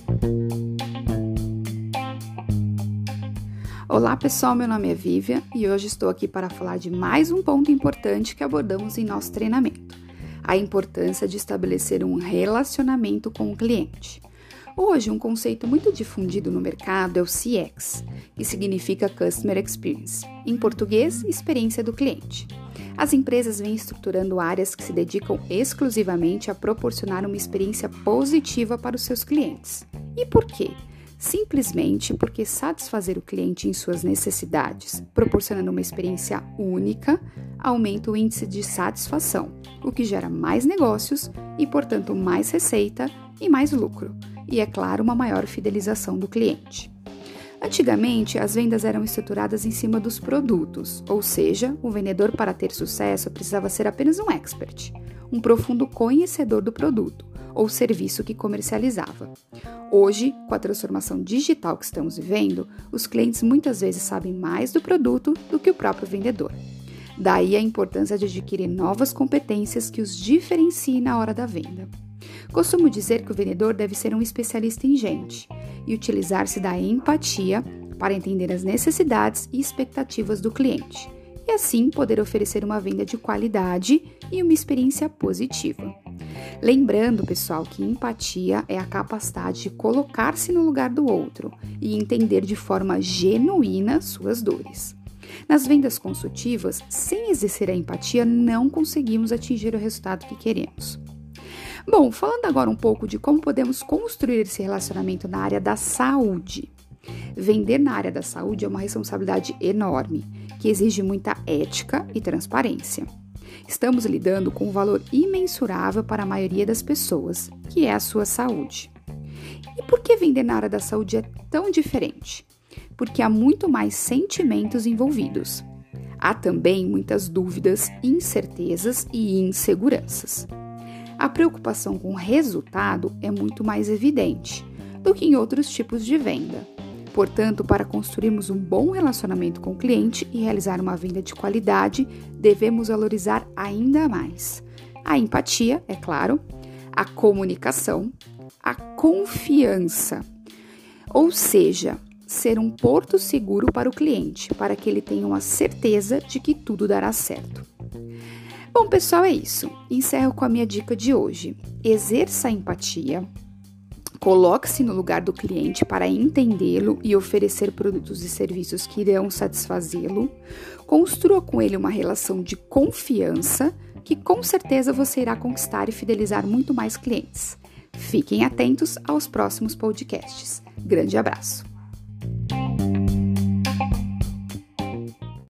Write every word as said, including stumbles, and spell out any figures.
Olá pessoal, meu nome é Vívia e hoje estou aqui para falar de mais um ponto importante que abordamos em nosso treinamento, a importância de estabelecer um relacionamento com o cliente. Hoje, um conceito muito difundido no mercado é o C X, que significa Customer Experience, em português, experiência do cliente. As empresas vêm estruturando áreas que se dedicam exclusivamente a proporcionar uma experiência positiva para os seus clientes. E por quê? Simplesmente porque satisfazer o cliente em suas necessidades, proporcionando uma experiência única, aumenta o índice de satisfação, o que gera mais negócios e, portanto, mais receita e mais lucro. E, é claro, uma maior fidelização do cliente. Antigamente, as vendas eram estruturadas em cima dos produtos, ou seja, o vendedor, para ter sucesso, precisava ser apenas um expert, um profundo conhecedor do produto ou serviço que comercializava. Hoje, com a transformação digital que estamos vivendo, os clientes muitas vezes sabem mais do produto do que o próprio vendedor. Daí a importância de adquirir novas competências que os diferenciem na hora da venda. Costumo dizer que o vendedor deve ser um especialista em gente e utilizar-se da empatia para entender as necessidades e expectativas do cliente e assim poder oferecer uma venda de qualidade e uma experiência positiva. Lembrando, pessoal, que empatia é a capacidade de colocar-se no lugar do outro e entender de forma genuína suas dores. Nas vendas consultivas, sem exercer a empatia, não conseguimos atingir o resultado que queremos. Bom, falando agora um pouco de como podemos construir esse relacionamento na área da saúde. Vender na área da saúde é uma responsabilidade enorme, que exige muita ética e transparência. Estamos lidando com um valor imensurável para a maioria das pessoas, que é a sua saúde. E por que vender na área da saúde é tão diferente? Porque há muito mais sentimentos envolvidos. Há também muitas dúvidas, incertezas e inseguranças. A preocupação com o resultado é muito mais evidente do que em outros tipos de venda. Portanto, para construirmos um bom relacionamento com o cliente e realizar uma venda de qualidade, devemos valorizar ainda mais a empatia, é claro, a comunicação, a confiança, ou seja, ser um porto seguro para o cliente, para que ele tenha uma certeza de que tudo dará certo. Bom, pessoal, é isso. Encerro com a minha dica de hoje. Exerça a empatia. Coloque-se no lugar do cliente para entendê-lo e oferecer produtos e serviços que irão satisfazê-lo. Construa com ele uma relação de confiança que com certeza você irá conquistar e fidelizar muito mais clientes. Fiquem atentos aos próximos podcasts. Grande abraço!